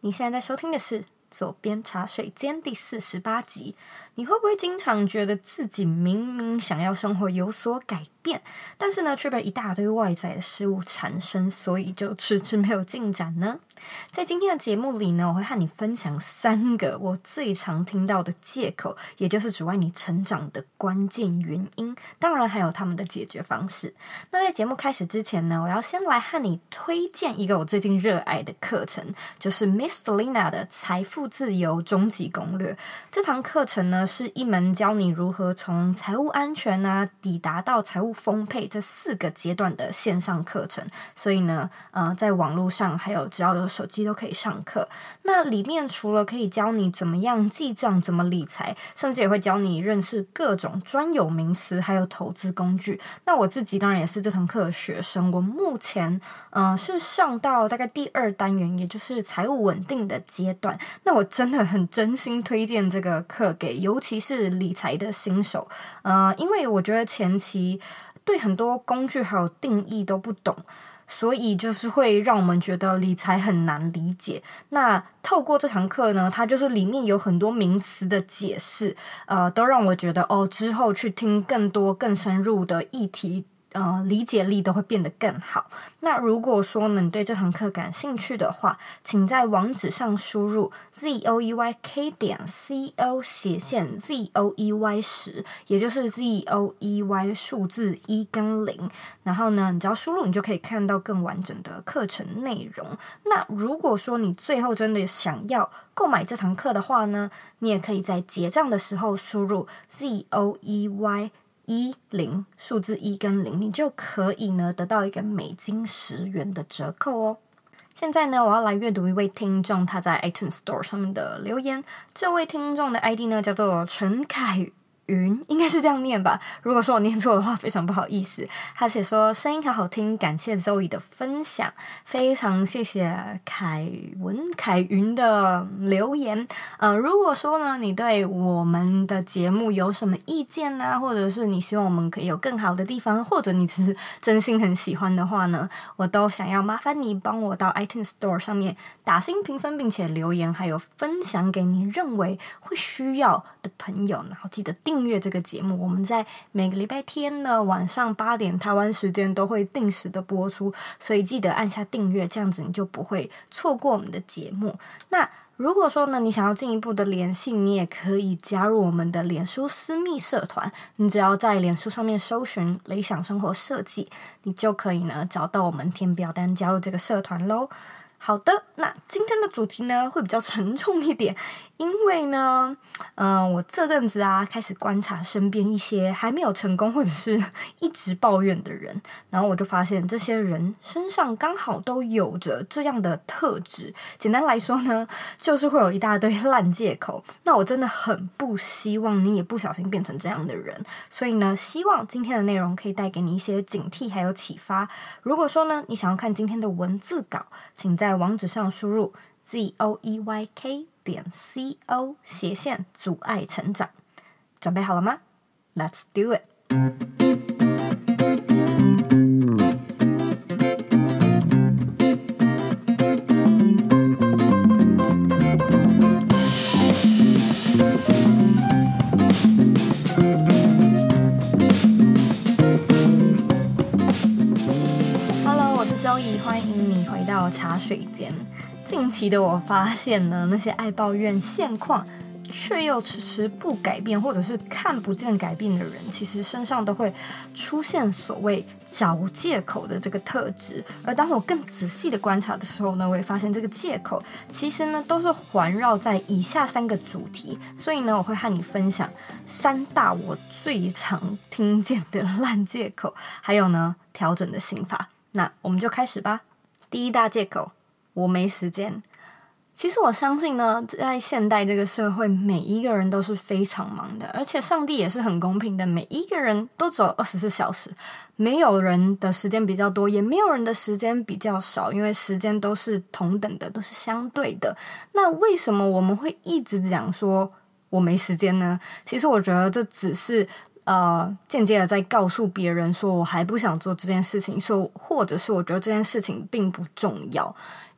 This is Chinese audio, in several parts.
你现在在收听的是左边茶水间第48集。你会不会经常觉得自己明明想要生活有所改变，但是呢却被一大堆外在的事物缠身，所以就迟迟没有进展呢？在今天的节目里呢，我会和你分享3个我最常听到的借口，也就是阻碍你成长的关键原因，当然还有他们的解决方式。那在节目开始之前呢，我要先来和你推荐一个我最近热爱的课程，就是 Miss Selena 的财富自由终极攻略。这堂课程呢，是一门教你如何从财务安全抵达到财务丰沛这4个阶段的线上课程。所以呢，在网络上还有只要有手机都可以上课。那里面除了可以教你怎么样记账、怎么理财，甚至也会教你认识各种专有名词，还有投资工具。那我自己当然也是这堂课的学生，我目前是上到大概第2单元，也就是财务稳定的阶段。那我真的很真心推荐这个课给尤其是理财的新手，因为我觉得前期对很多工具还有定义都不懂，所以就是会让我们觉得理财很难理解。那透过这堂课呢，它就是里面有很多名词的解释，都让我觉得之后去听更多更深入的议题，理解力都会变得更好。那如果说呢，你对这堂课感兴趣的话，请在网址上输入 zoeyk.co/zoey10，也就是 zoey 数字1跟0。然后呢，你只要输入，你就可以看到更完整的课程内容。那如果说你最后真的想要购买这堂课的话呢，你也可以在结账的时候输入 zoey10数字1跟0，你就可以呢得到一个美金10元的折扣哦。现在呢，我要来阅读一位听众他在 iTunes Store 上面的留言。这位听众的 ID 呢叫做陈凯云，应该是这样念吧，如果说我念错的话非常不好意思。他写说声音好好听，感谢 Zoe 的分享。非常谢谢凯云的留言。如果说呢你对我们的节目有什么意见或者是你希望我们可以有更好的地方，或者你只是真心很喜欢的话呢，我都想要麻烦你帮我到 iTunes Store 上面打星评分，并且留言，还有分享给你认为会需要的朋友。然后记得订阅这个节目，我们在每个礼拜天的晚上8点台湾时间都会定时的播出，所以记得按下订阅，这样子你就不会错过我们的节目。那如果说呢你想要进一步的联系，你也可以加入我们的脸书私密社团，你只要在脸书上面搜寻理想生活设计，你就可以呢找到我们，填表单加入这个社团咯。好的，那今天的主题呢会比较沉重一点，因为呢我这阵子开始观察身边一些还没有成功或者是一直抱怨的人，然后我就发现这些人身上刚好都有着这样的特质。简单来说呢，就是会有一大堆烂借口。那我真的很不希望你也不小心变成这样的人，所以呢希望今天的内容可以带给你一些警惕还有启发。如果说呢你想要看今天的文字稿，请在网址上输入 zoeyk.co/ 阻碍成长。准备好了吗？ Let's do it。 Hello， 我是 Zoe， 欢迎你回到茶水间。近期的我发现呢，那些爱抱怨现况却又迟迟不改变，或者是看不见改变的人，其实身上都会出现所谓找借口的这个特质。而当我更仔细的观察的时候呢，我也发现这个借口其实呢都是环绕在以下3个主题。所以呢我会和你分享3大我最常听见的烂借口，还有呢调整的心法。那我们就开始吧。第一大借口，我没时间。其实我相信呢，在现代这个社会，每一个人都是非常忙的，而且上帝也是很公平的，每一个人都只有24小时，没有人的时间比较多，也没有人的时间比较少，因为时间都是同等的，都是相对的。那为什么我们会一直讲说我没时间呢？其实我觉得这只是间接的在告诉别人说我还不想做这件事情，说或者是我觉得这件事情并不重要。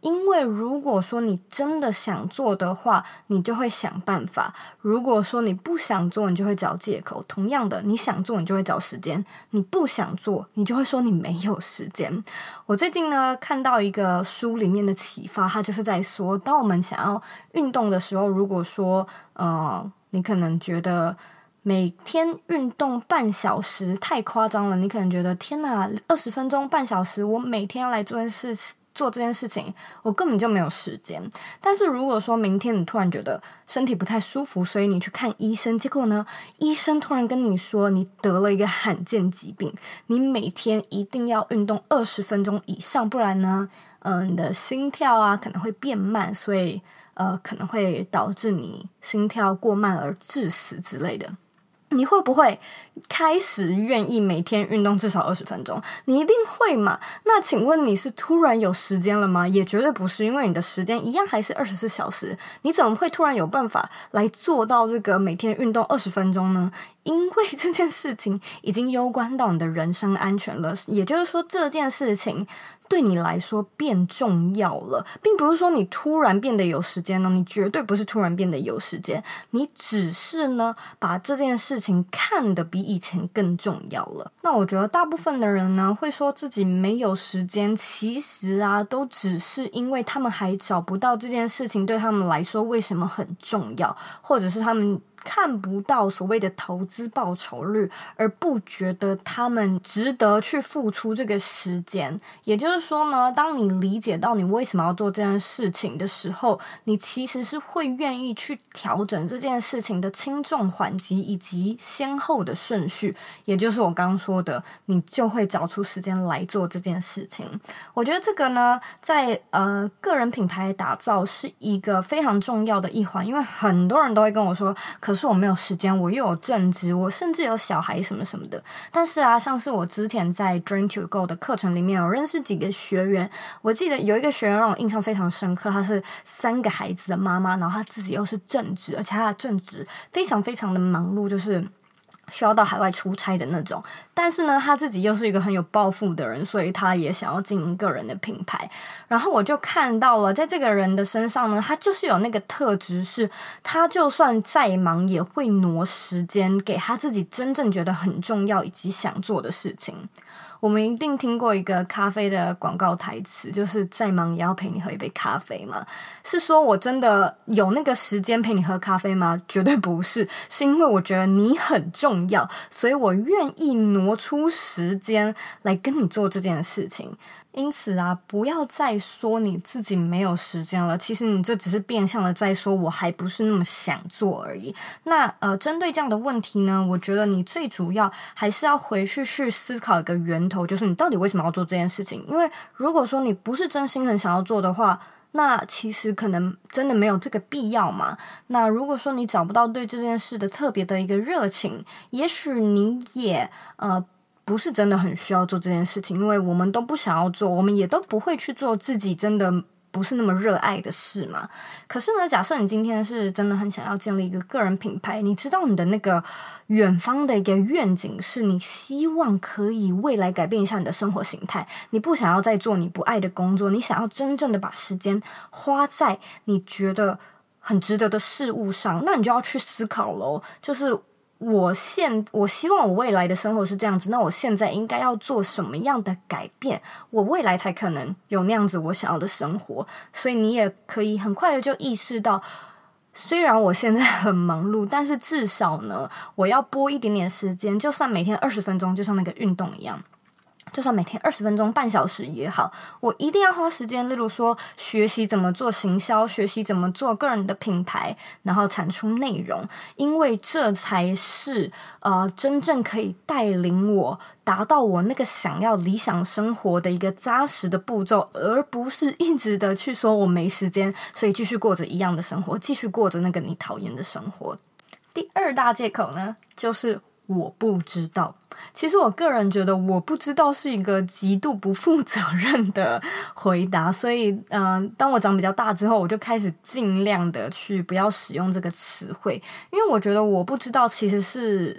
因为如果说你真的想做的话，你就会想办法；如果说你不想做，你就会找借口。同样的，你想做，你就会找时间；你不想做，你就会说你没有时间。我最近呢看到一个书里面的启发，它就是在说，当我们想要运动的时候，如果说你可能觉得每天运动半小时太夸张了，你可能觉得天哪，20分钟半小时，我每天要来做这件事情，我根本就没有时间。但是如果说明天你突然觉得身体不太舒服，所以你去看医生，结果呢，医生突然跟你说你得了一个罕见疾病，你每天一定要运动20分钟以上，不然呢，你的心跳啊可能会变慢，所以可能会导致你心跳过慢而致死之类的。你会不会开始愿意每天运动至少20分钟？你一定会嘛？那请问你是突然有时间了吗？也绝对不是，因为你的时间一样还是24小时。你怎么会突然有办法来做到这个每天运动20分钟呢？因为这件事情已经攸关到你的人身安全了，也就是说这件事情对你来说变重要了，并不是说你突然变得有时间呢，你绝对不是突然变得有时间，你只是呢把这件事情看得比以前更重要了。那我觉得大部分的人呢会说自己没有时间，其实啊都只是因为他们还找不到这件事情对他们来说为什么很重要，或者是他们看不到所谓的投资报酬率，而不觉得他们值得去付出这个时间。也就是说呢，当你理解到你为什么要做这件事情的时候，你其实是会愿意去调整这件事情的轻重缓急以及先后的顺序，也就是我刚刚说的，你就会找出时间来做这件事情。我觉得这个呢，在个人品牌打造是一个非常重要的一环，因为很多人都会跟我说，可是我没有时间，我又有正职，我甚至有小孩什么什么的。但是啊，像是我之前在 Dream to Go 的课程里面有认识几个学员，我记得有一个学员让我印象非常深刻，她是3个孩子的妈妈，然后她自己又是正职，而且她的正职非常非常的忙碌，就是需要到海外出差的那种。但是呢，他自己又是一个很有抱负的人，所以他也想要经营个人的品牌。然后我就看到了，在这个人的身上呢，他就是有那个特质，是他就算再忙也会挪时间给他自己真正觉得很重要以及想做的事情。我们一定听过一个咖啡的广告台词，就是再忙也要陪你喝一杯咖啡嘛。是说我真的有那个时间陪你喝咖啡吗？绝对不是，是因为我觉得你很重要，所以我愿意挪出时间来跟你做这件事情。因此啊，不要再说你自己没有时间了，其实你这只是变相的在说我还不是那么想做而已。那针对这样的问题呢，我觉得你最主要还是要回去思考一个源头，就是你到底为什么要做这件事情。因为如果说你不是真心很想要做的话，那其实可能真的没有这个必要嘛。那如果说你找不到对这件事的特别的一个热情，也许你也不是真的很需要做这件事情，因为我们都不想要做，我们也都不会去做自己真的不是那么热爱的事嘛。可是呢，假设你今天是真的很想要建立一个个人品牌，你知道你的那个远方的一个愿景是你希望可以未来改变一下你的生活形态，你不想要再做你不爱的工作，你想要真正的把时间花在你觉得很值得的事物上，那你就要去思考咯，就是我希望我未来的生活是这样子，那我现在应该要做什么样的改变，我未来才可能有那样子我想要的生活。所以你也可以很快的就意识到，虽然我现在很忙碌，但是至少呢，我要拨一点点时间，就算每天20分钟，就像那个运动一样，就算每天20分钟半小时也好，我一定要花时间，例如说学习怎么做行销，学习怎么做个人的品牌，然后产出内容，因为这才是真正可以带领我达到我那个想要理想生活的一个扎实的步骤，而不是一直的去说我没时间，所以继续过着一样的生活，继续过着那个你讨厌的生活。第2大借口呢，就是我不知道。其实我个人觉得我不知道是一个极度不负责任的回答，所以当我长比较大之后，我就开始尽量的去不要使用这个词汇，因为我觉得我不知道其实是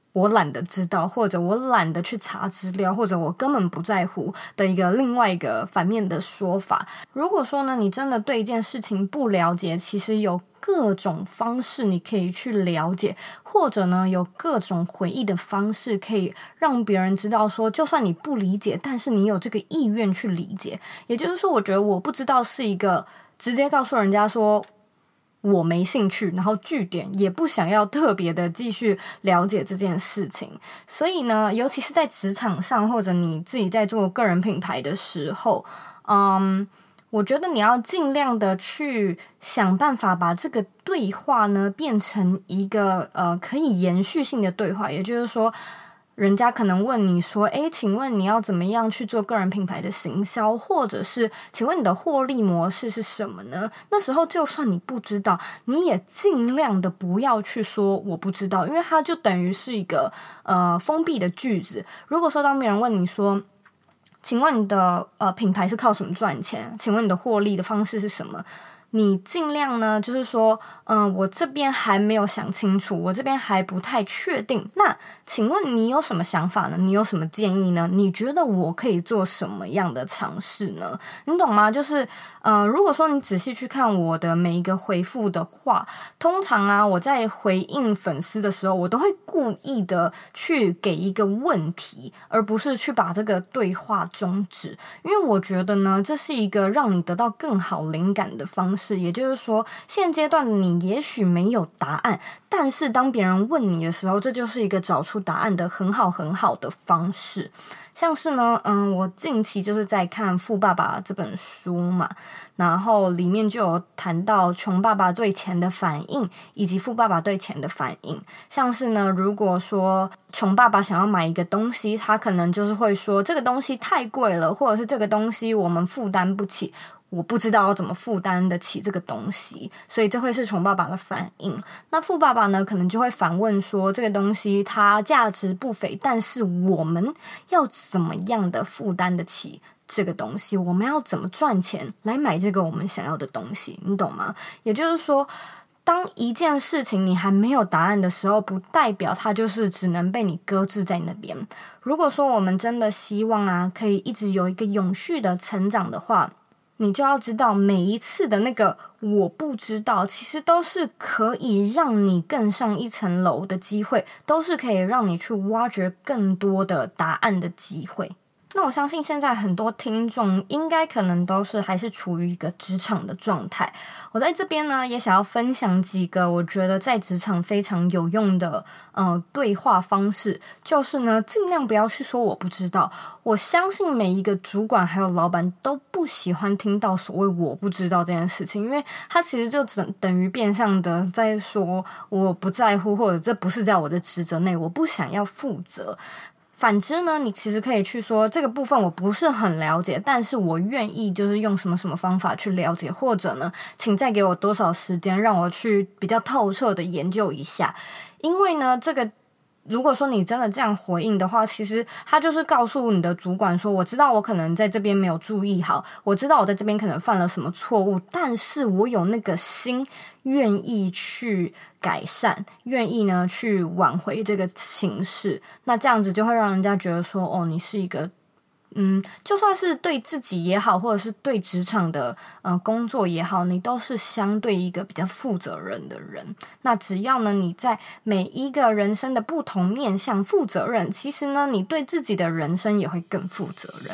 我懒得知道，或者我懒得去查资料，或者我根本不在乎的另外一个反面的说法。如果说呢，你真的对一件事情不了解，其实有各种方式你可以去了解，或者呢有各种回忆的方式可以让别人知道说，就算你不理解，但是你有这个意愿去理解。也就是说，我觉得我不知道是一个直接告诉人家说我没兴趣，然后句点，也不想要特别的继续了解这件事情。所以呢，尤其是在职场上，或者你自己在做个人品牌的时候，我觉得你要尽量的去想办法把这个对话呢变成一个可以延续性的对话。也就是说，人家可能问你说，请问你要怎么样去做个人品牌的行销，或者是请问你的获利模式是什么呢？那时候就算你不知道，你也尽量的不要去说我不知道，因为它就等于是一个封闭的句子。如果说当别人问你说，请问你的品牌是靠什么赚钱？请问你的获利的方式是什么？你尽量呢，就是说，我这边还没有想清楚，我这边还不太确定。那请问你有什么想法呢？你有什么建议呢？你觉得我可以做什么样的尝试呢？你懂吗？就是如果说你仔细去看我的每一个回复的话，通常啊，我在回应粉丝的时候，我都会故意的去给一个问题，而不是去把这个对话终止。因为我觉得呢，这是一个让你得到更好灵感的方式。也就是说，现阶段的你也许没有答案，但是当别人问你的时候，这就是一个找出答案的很好的方式。像是呢，我近期就是在看《富爸爸》这本书嘛，然后里面就有谈到穷爸爸对钱的反应，以及富爸爸对钱的反应。像是呢，如果说穷爸爸想要买一个东西，他可能就是会说这个东西太贵了，或者是这个东西我们负担不起，我不知道要怎么负担得起这个东西，所以这会是穷爸爸的反应。那富爸爸呢，可能就会反问说，这个东西它价值不菲，但是我们要怎么样的负担得起这个东西？我们要怎么赚钱来买这个我们想要的东西？你懂吗？也就是说，当一件事情你还没有答案的时候，不代表它就是只能被你搁置在那边。如果说我们真的希望啊，可以一直有一个永续的成长的话，你就要知道每一次的那个我不知道，其实都是可以让你更上一层楼的机会，都是可以让你去挖掘更多的答案的机会。那我相信现在很多听众应该可能都是还是处于一个职场的状态。我在这边呢也想要分享几个我觉得在职场非常有用的对话方式，就是呢尽量不要去说我不知道。我相信每一个主管还有老板都不喜欢听到所谓我不知道这件事情，因为他其实就等于变相的在说我不在乎，或者这不是在我的职责内，我不想要负责。反之呢，你其实可以去说这个部分我不是很了解，但是我愿意就是用什么什么方法去了解，或者呢，请再给我多少时间让我去比较透彻的研究一下。因为呢，这个如果说你真的这样回应的话，其实他就是告诉你的主管说，我知道我可能在这边没有注意好，我知道我在这边可能犯了什么错误，但是我有那个心愿意去改善，愿意呢去挽回这个形势。那这样子就会让人家觉得说，哦，你是一个就算是对自己也好，或者是对职场的工作也好，你都是相对一个比较负责任的人。那只要呢你在每一个人生的不同面向负责任，其实呢你对自己的人生也会更负责任。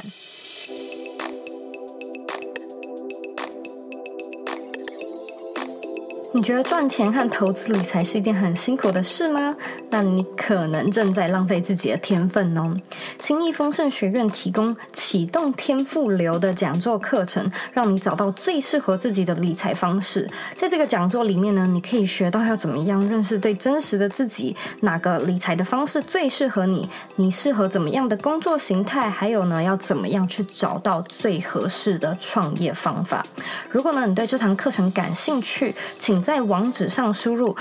你觉得赚钱和投资理财是一件很辛苦的事吗？那你可能正在浪费自己的天分哦。新义丰盛学院提供启动天赋流的讲座课程，让你找到最适合自己的理财方式。在这个讲座里面呢，你可以学到要怎么样认识最真实的自己，哪个理财的方式最适合你，你适合怎么样的工作形态，还有呢要怎么样去找到最合适的创业方法。如果呢你对这堂课程感兴趣，请在网址上输入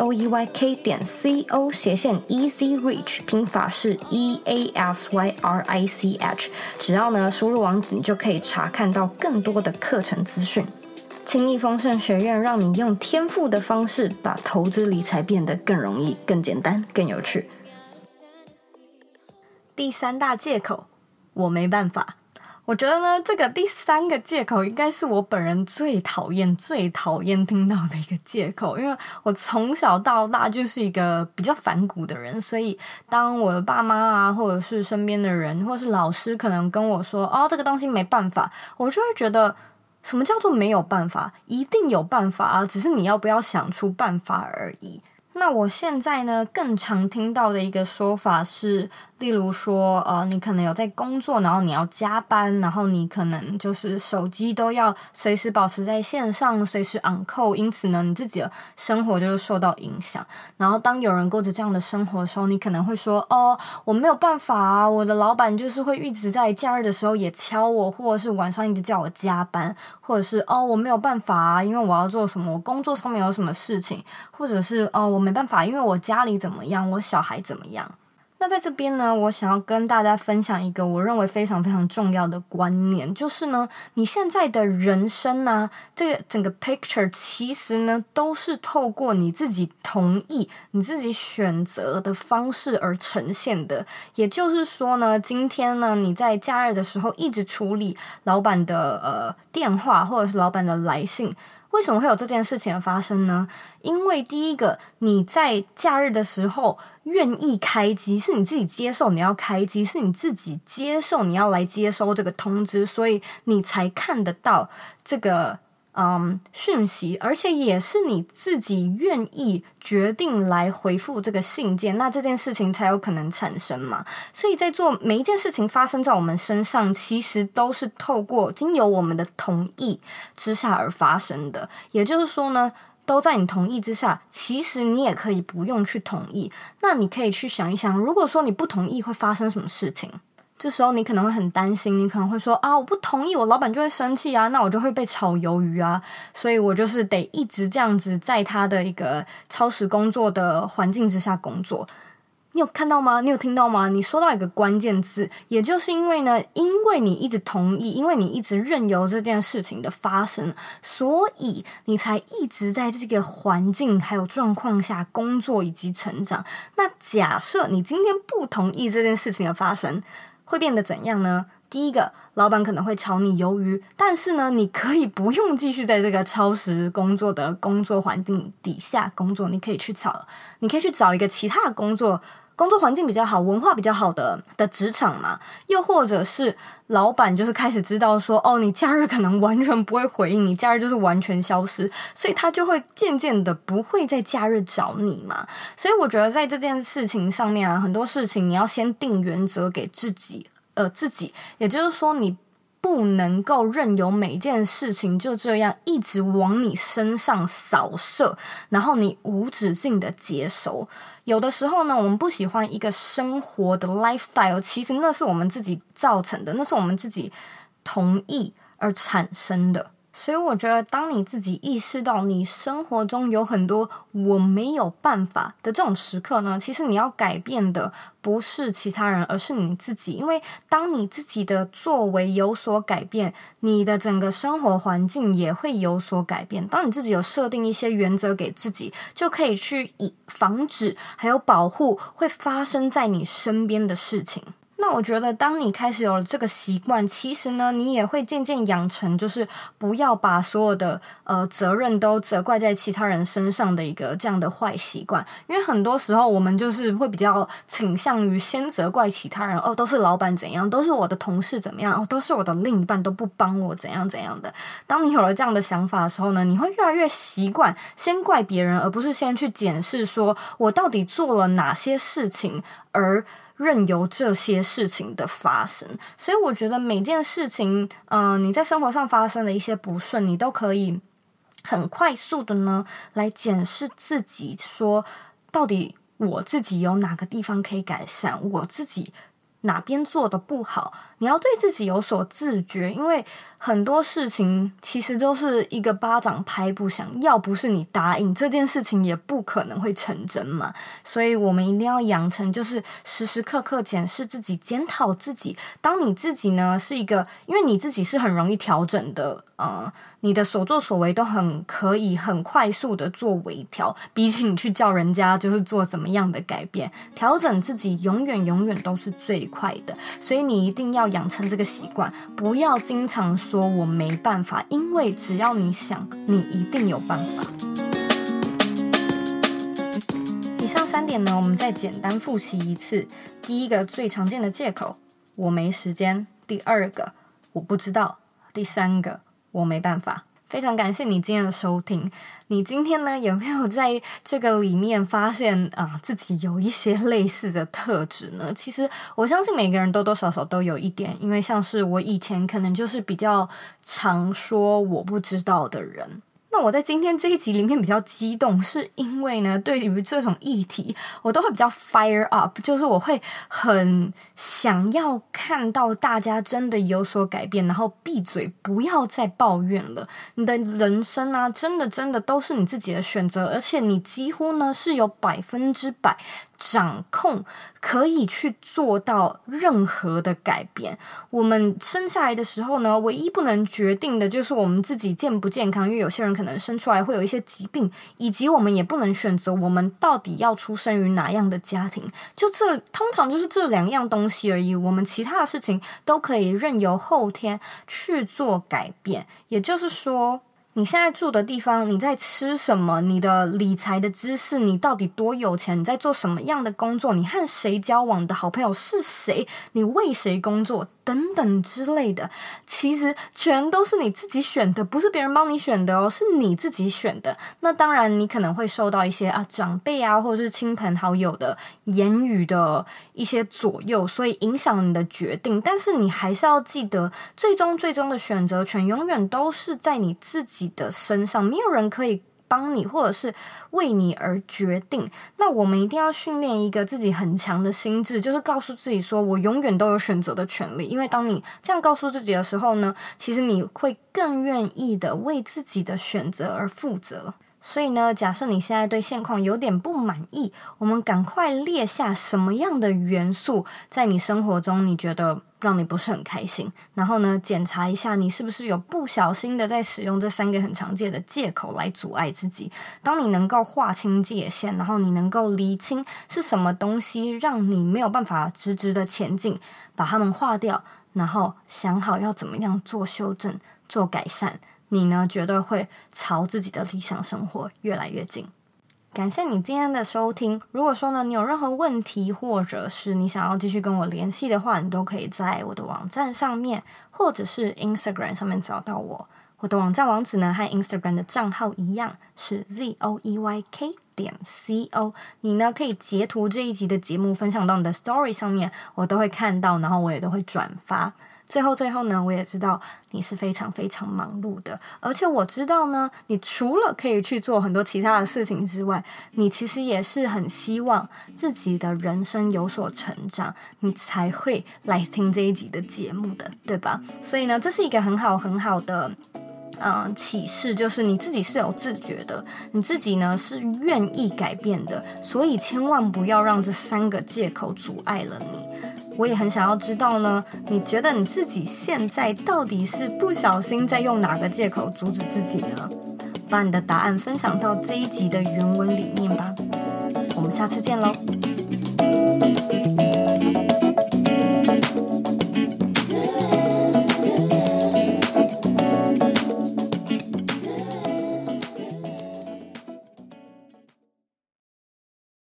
zoeyk.co/easy-rich， 拼法是 EASYRICH。 只要呢输入网址，你就可以查看到更多的课程资讯。轻易丰盛学院让你用天赋的方式把投资理财变得更容易、更简单、更有趣。 第3大借口，我没办法。我觉得呢，这个第3个借口应该是我本人最讨厌听到的一个借口，因为我从小到大就是一个比较反骨的人，所以当我的爸妈啊，或者是身边的人，或者是老师可能跟我说这个东西没办法，我就会觉得什么叫做没有办法？一定有办法啊，只是你要不要想出办法而已。那我现在呢，更常听到的一个说法是，例如说，你可能有在工作，然后你要加班，然后你可能就是手机都要随时保持在线上，随时 on call， 因此呢，你自己的生活就是受到影响。然后当有人过着这样的生活的时候，你可能会说，我没有办法啊，我的老板就是会一直在假日的时候也敲我，或者是晚上一直叫我加班，或者是我没有办法啊，因为我要做什么，我工作上面有什么事情，或者是我没办法，因为我家里怎么样，我小孩怎么样。那在这边呢，我想要跟大家分享一个我认为非常非常重要的观念，就是呢，你现在的人生啊，这个整个 picture 其实呢，都是透过你自己同意、你自己选择的方式而呈现的。也就是说呢，今天呢，你在假日的时候一直处理老板的电话或者是老板的来信。为什么会有这件事情的发生呢？因为第一个，你在假日的时候愿意开机，是你自己接受你要开机，是你自己接受你要来接收这个通知，所以你才看得到这个讯息，而且也是你自己愿意决定来回复这个信件，那这件事情才有可能产生嘛。所以在做每一件事情发生在我们身上，其实都是透过经由我们的同意之下而发生的。也就是说呢，都在你同意之下，其实你也可以不用去同意。那你可以去想一想，如果说你不同意会发生什么事情？这时候你可能会很担心，你可能会说我不同意，我老板就会生气啊，那我就会被炒鱿鱼啊，所以我就是得一直这样子在他的一个超时工作的环境之下工作。你有看到吗？你有听到吗？你说到一个关键字，也就是因为呢，因为你一直同意，因为你一直任由这件事情的发生，所以你才一直在这个环境还有状况下工作以及成长。那假设你今天不同意这件事情的发生，会变得怎样呢？第一个，老板可能会炒你鱿鱼，但是呢，你可以不用继续在这个超时工作的工作环境底下工作，你可以去找一个其他的工作环境比较好、文化比较好的职场嘛。又或者是老板就是开始知道说，你假日可能完全不会回应，你假日就是完全消失，所以他就会渐渐的不会在假日找你嘛。所以我觉得在这件事情上面啊，很多事情你要先定原则给自己，也就是说你不能够任由每件事情就这样一直往你身上扫射，然后你无止境的接收。有的时候呢，我们不喜欢一个生活的 lifestyle， 其实那是我们自己造成的，那是我们自己同意而产生的。所以我觉得当你自己意识到你生活中有很多我没有办法的这种时刻呢，其实你要改变的不是其他人，而是你自己。因为当你自己的作为有所改变，你的整个生活环境也会有所改变。当你自己有设定一些原则给自己，就可以去防止还有保护会发生在你身边的事情。那我觉得当你开始有了这个习惯，其实呢，你也会渐渐养成就是不要把所有的责任都责怪在其他人身上的一个这样的坏习惯。因为很多时候我们就是会比较倾向于先责怪其他人，都是老板怎样，都是我的同事怎么样，都是我的另一半都不帮我怎样怎样的。当你有了这样的想法的时候呢，你会越来越习惯先怪别人，而不是先去检视说我到底做了哪些事情而任由这些事情的发生。所以我觉得每件事情你在生活上发生的一些不顺，你都可以很快速的呢来检视自己，说到底我自己有哪个地方可以改善，我自己哪边做的不好，你要对自己有所自觉。因为很多事情其实都是一个巴掌拍不响，要不是你答应，这件事情也不可能会成真嘛。所以我们一定要养成就是时时刻刻检视自己，检讨自己。当你自己呢是一个，因为你自己是很容易调整的你的所作所为都很可以很快速的做微调，比起你去叫人家就是做怎么样的改变，调整自己永远都是最快的。所以你一定要养成这个习惯，不要经常说我没办法，因为只要你想，你一定有办法。以上3点呢，我们再简单复习一次。第一个最常见的借口，我没时间；第二个，我不知道；第三个，我没办法。非常感谢你今天的收听。你今天呢，有没有在这个里面发现自己有一些类似的特质呢？其实我相信每个人多多少少都有一点，因为像是我以前可能就是比较常说我不知道的人。那我在今天这一集里面比较激动，是因为呢，对于这种议题，我都会比较 fire up， 就是我会很想要看到大家真的有所改变，然后闭嘴，不要再抱怨了。你的人生啊，真的都是你自己的选择，而且你几乎呢是有100%掌控，可以去做到任何的改变。我们生下来的时候呢，唯一不能决定的就是我们自己健不健康，因为有些人可能生出来会有一些疾病，以及我们也不能选择我们到底要出生于哪样的家庭，通常就是这2样东西而已。我们其他的事情都可以任由后天去做改变。也就是说，你现在住的地方，你在吃什么，你的理财的知识，你到底多有钱，你在做什么样的工作，你和谁交往，你的好朋友是谁，你为谁工作等等之类的，其实全都是你自己选的，不是别人帮你选的哦，是你自己选的。那当然你可能会受到一些长辈或者是亲朋好友的言语的一些左右，所以影响你的决定，但是你还是要记得，最终的选择权永远都是在你自己的身上，没有人可以帮你或者是为你而决定。那我们一定要训练一个自己很强的心智，就是告诉自己说，我永远都有选择的权利。因为当你这样告诉自己的时候呢，其实你会更愿意的为自己的选择而负责。所以呢，假设你现在对现况有点不满意，我们赶快列下什么样的元素在你生活中你觉得让你不是很开心，然后呢，检查一下你是不是有不小心的在使用这3个很常见的借口来阻碍自己。当你能够划清界限，然后你能够厘清是什么东西让你没有办法直的前进，把它们划掉，然后想好要怎么样做修正、做改善，你呢绝对会朝自己的理想生活越来越近。感谢你今天的收听。如果说呢你有任何问题，或者是你想要继续跟我联系的话，你都可以在我的网站上面或者是 Instagram 上面找到我。我的网站网址呢和 Instagram 的账号一样，是 zoeyk.co。 你呢可以截图这一集的节目分享到你的 story 上面，我都会看到，然后我也都会转发。最后呢，我也知道你是非常忙碌的，而且我知道呢，你除了可以去做很多其他的事情之外，你其实也是很希望自己的人生有所成长，你才会来听这一集的节目的，对吧？所以呢，这是一个很好的启示，就是你自己是有自觉的，你自己呢是愿意改变的，所以千万不要让这3个借口阻碍了你。我也很想要知道呢，你觉得你自己现在到底是不小心在用哪个借口阻止自己呢？把你的答案分享到这一集的原文里面吧。我们下次见咯。